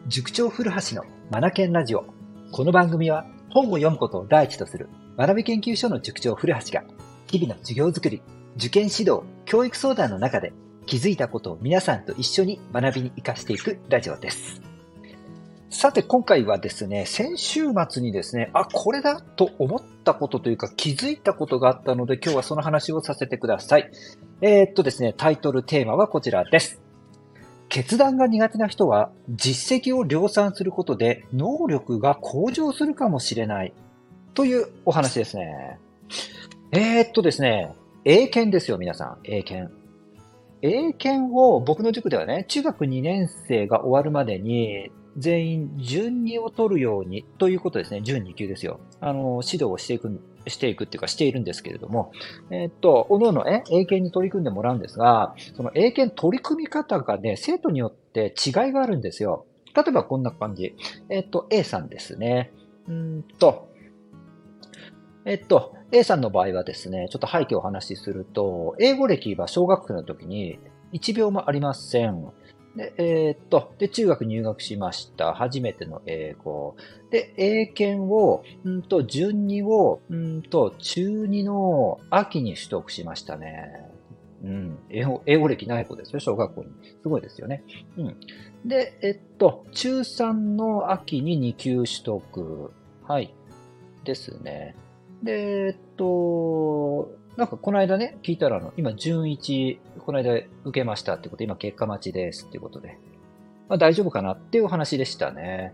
塾長古橋のマナケンラジオ。この番組は本を読むことを第一とする学び研究所の塾長古橋が日々の授業づくり、受験指導、教育相談の中で気づいたことを皆さんと一緒に学びに生かしていくラジオです。さて今回はですね、先週末にですね、これだと思ったことというか気づいたことがあったので今日はその話をさせてください。ですね、タイトルテーマはこちらです。決断が苦手な人は実績を量産することで能力が向上するかもしれないというお話ですね。ですね、英検ですよ皆さん、英検。英検を僕の塾ではね、中学2年生が終わるまでに全員準2を取るようにということですね。準2級ですよ。指導をしていくっていうかしているんですけれども、おのおの英検に取り組んでもらうんですが、その英検取り組み方がね、生徒によって違いがあるんですよ。例えばこんな感じ。A さんですね。A さんの場合はですね、ちょっと背景をお話しすると、英語歴は小学生の時に1秒もありません。で、中学入学しました。初めての英語。で、英検を、準2を、中2の秋に取得しましたね。英語歴ない子ですよ、小学校に。すごいですよね。で、中3の秋に2級取得。はい。ですね。で、なんかこの間ね、聞いたら今準1、この間受けましたってことで、今結果待ちですっていうことで。大丈夫かなっていう話でしたね。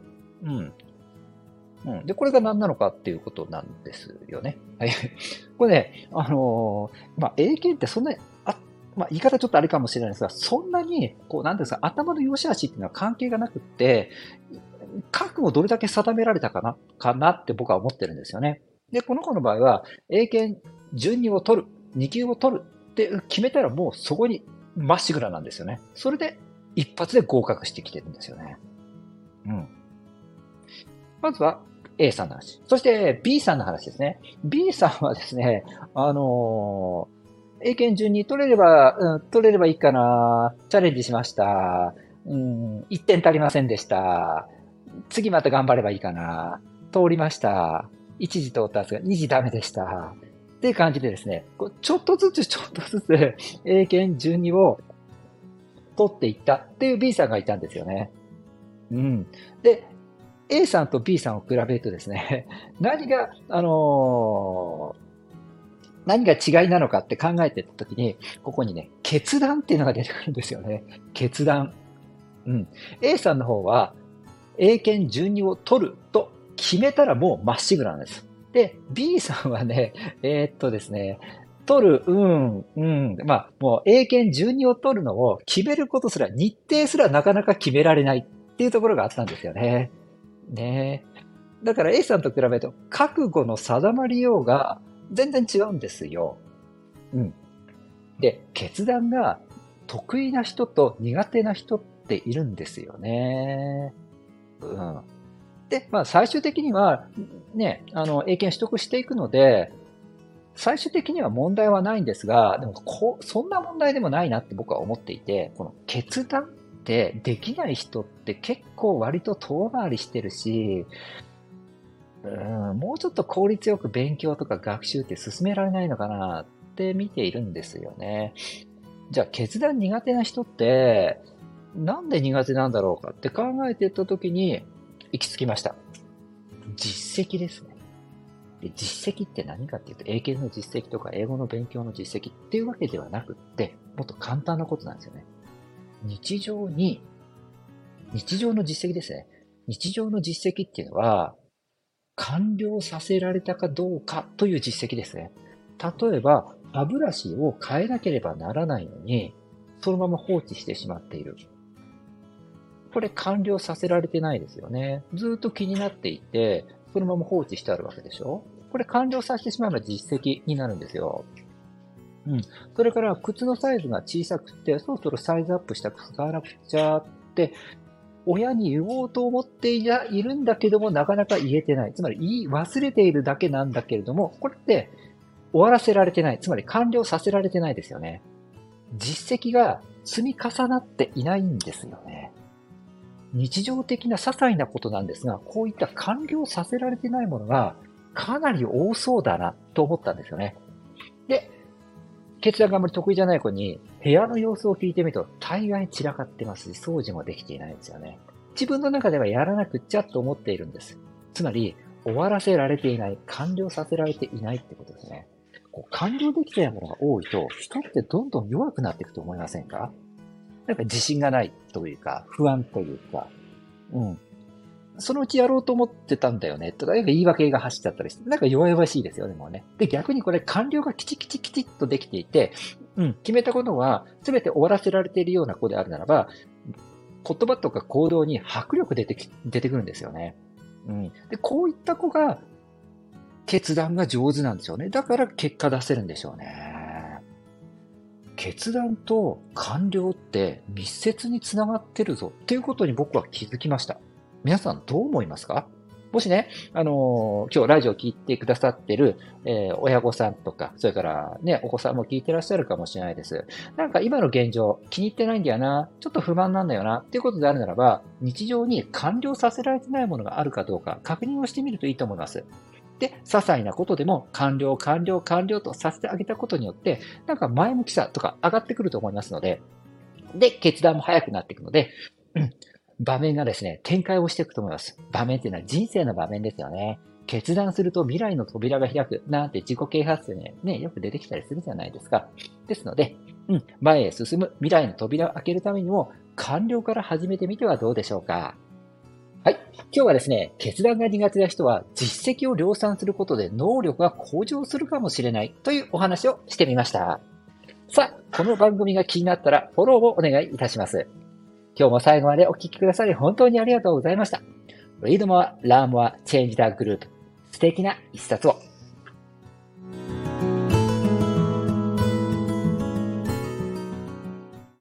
で、これが何なのかっていうことなんですよね。はい。これね、英検ってそんなに、言い方ちょっとあれかもしれないですが、そんなに、なんですか、頭の良し悪しっていうのは関係がなくって、覚悟をどれだけ定められたかなって僕は思ってるんですよね。で、この子の場合は、英検準2を取る、2級を取るって決めたらもうそこにまっしぐらなんですよね。それで一発で合格してきてるんですよね。まずは A さんの話。そして B さんの話ですね。B さんはですね、英検準2取れればいいかな。チャレンジしました。1点足りませんでした。次また頑張ればいいかな。通りました。1次通ったんですが、2次ダメでした。っていう感じでですね、ちょっとずつ英検準2を取っていったっていう B さんがいたんですよね。で、A さんと B さんを比べるとですね、何が違いなのかって考えていったときに、ここにね、決断っていうのが出てくるんですよね。決断。A さんの方は、英検準2を取ると決めたらもうまっしぐらなんです。で、B さんはね、ですね、取る、もう英検準2を取るのを決めることすら、日程すらなかなか決められないっていうところがあったんですよね。だから A さんと比べると、覚悟の定まりようが全然違うんですよ。で、決断が得意な人と苦手な人っているんですよね。で、最終的には、ね、英検取得していくので、最終的には問題はないんですが、でもそんな問題でもないなって僕は思っていて、この決断ってできない人って結構割と遠回りしてるし、もうちょっと効率よく勉強とか学習って進められないのかなって見ているんですよね。じゃあ決断苦手な人ってなんで苦手なんだろうかって考えていったときに行き着きました。実績ですね。で、実績って何かっていうと、英検の実績とか英語の勉強の実績っていうわけではなくって、もっと簡単なことなんですよね。日常の実績ですね。日常の実績っていうのは、完了させられたかどうかという実績ですね。例えば、歯ブラシを変えなければならないのに、そのまま放置してしまっている。これ完了させられてないですよね。ずっと気になっていて、そのまま放置してあるわけでしょ。これ完了させてしまえば実績になるんですよ。それから靴のサイズが小さくて、そろそろサイズアップした靴買わなくちゃって、親に言おうと思っているんだけども、なかなか言えてない。つまり言い忘れているだけなんだけれども、これって終わらせられてない。つまり完了させられてないですよね。実績が積み重なっていないんですよね。 日常的な些細なことなんですが、こういった完了させられてないものがかなり多そうだなと思ったんですよね。で、決断があまり得意じゃない子に部屋の様子を聞いてみると大概散らかってますし、掃除もできていないんですよね。自分の中ではやらなくっちゃと思っているんです。つまり、終わらせられていない、完了させられていないってことですね。完了できていないものが多いと、人ってどんどん弱くなっていくと思いませんか？なんか自信がないというか、不安というか、うん。そのうちやろうと思ってたんだよね、とか、なんか言い訳が走っちゃったりして、なんか弱々しいですよね、もうね。で、逆にこれ完了がきちっとできていて、決めたことは全て終わらせられているような子であるならば、言葉とか行動に迫力出てくるんですよね。で、こういった子が決断が上手なんでしょうね。だから結果出せるんでしょうね。決断と完了って密接につながってるぞっていうことに僕は気づきました。皆さんどう思いますか？もしね、今日ラジオ聞いてくださってる、親御さんとか、それからね、お子さんも聞いてらっしゃるかもしれないです。なんか今の現状気に入ってないんだよな、ちょっと不満なんだよな、っていうことであるならば、日常に完了させられてないものがあるかどうか確認をしてみるといいと思います。で、些細なことでも完了とさせてあげたことによって、なんか前向きさとか上がってくると思いますので、で、決断も早くなっていくので、場面がですね、展開をしていくと思います。場面っていうのは人生の場面ですよね。決断すると未来の扉が開くなんて自己啓発でね、よく出てきたりするじゃないですか。ですので、前へ進む未来の扉を開けるためにも、完了から始めてみてはどうでしょうか。はい。今日はですね、決断が苦手な人は実績を量産することで能力が向上するかもしれないというお話をしてみました。さあ、この番組が気になったらフォローをお願いいたします。今日も最後までお聞きくださり本当にありがとうございました。Read more, learn more, change the group。素敵な一冊を。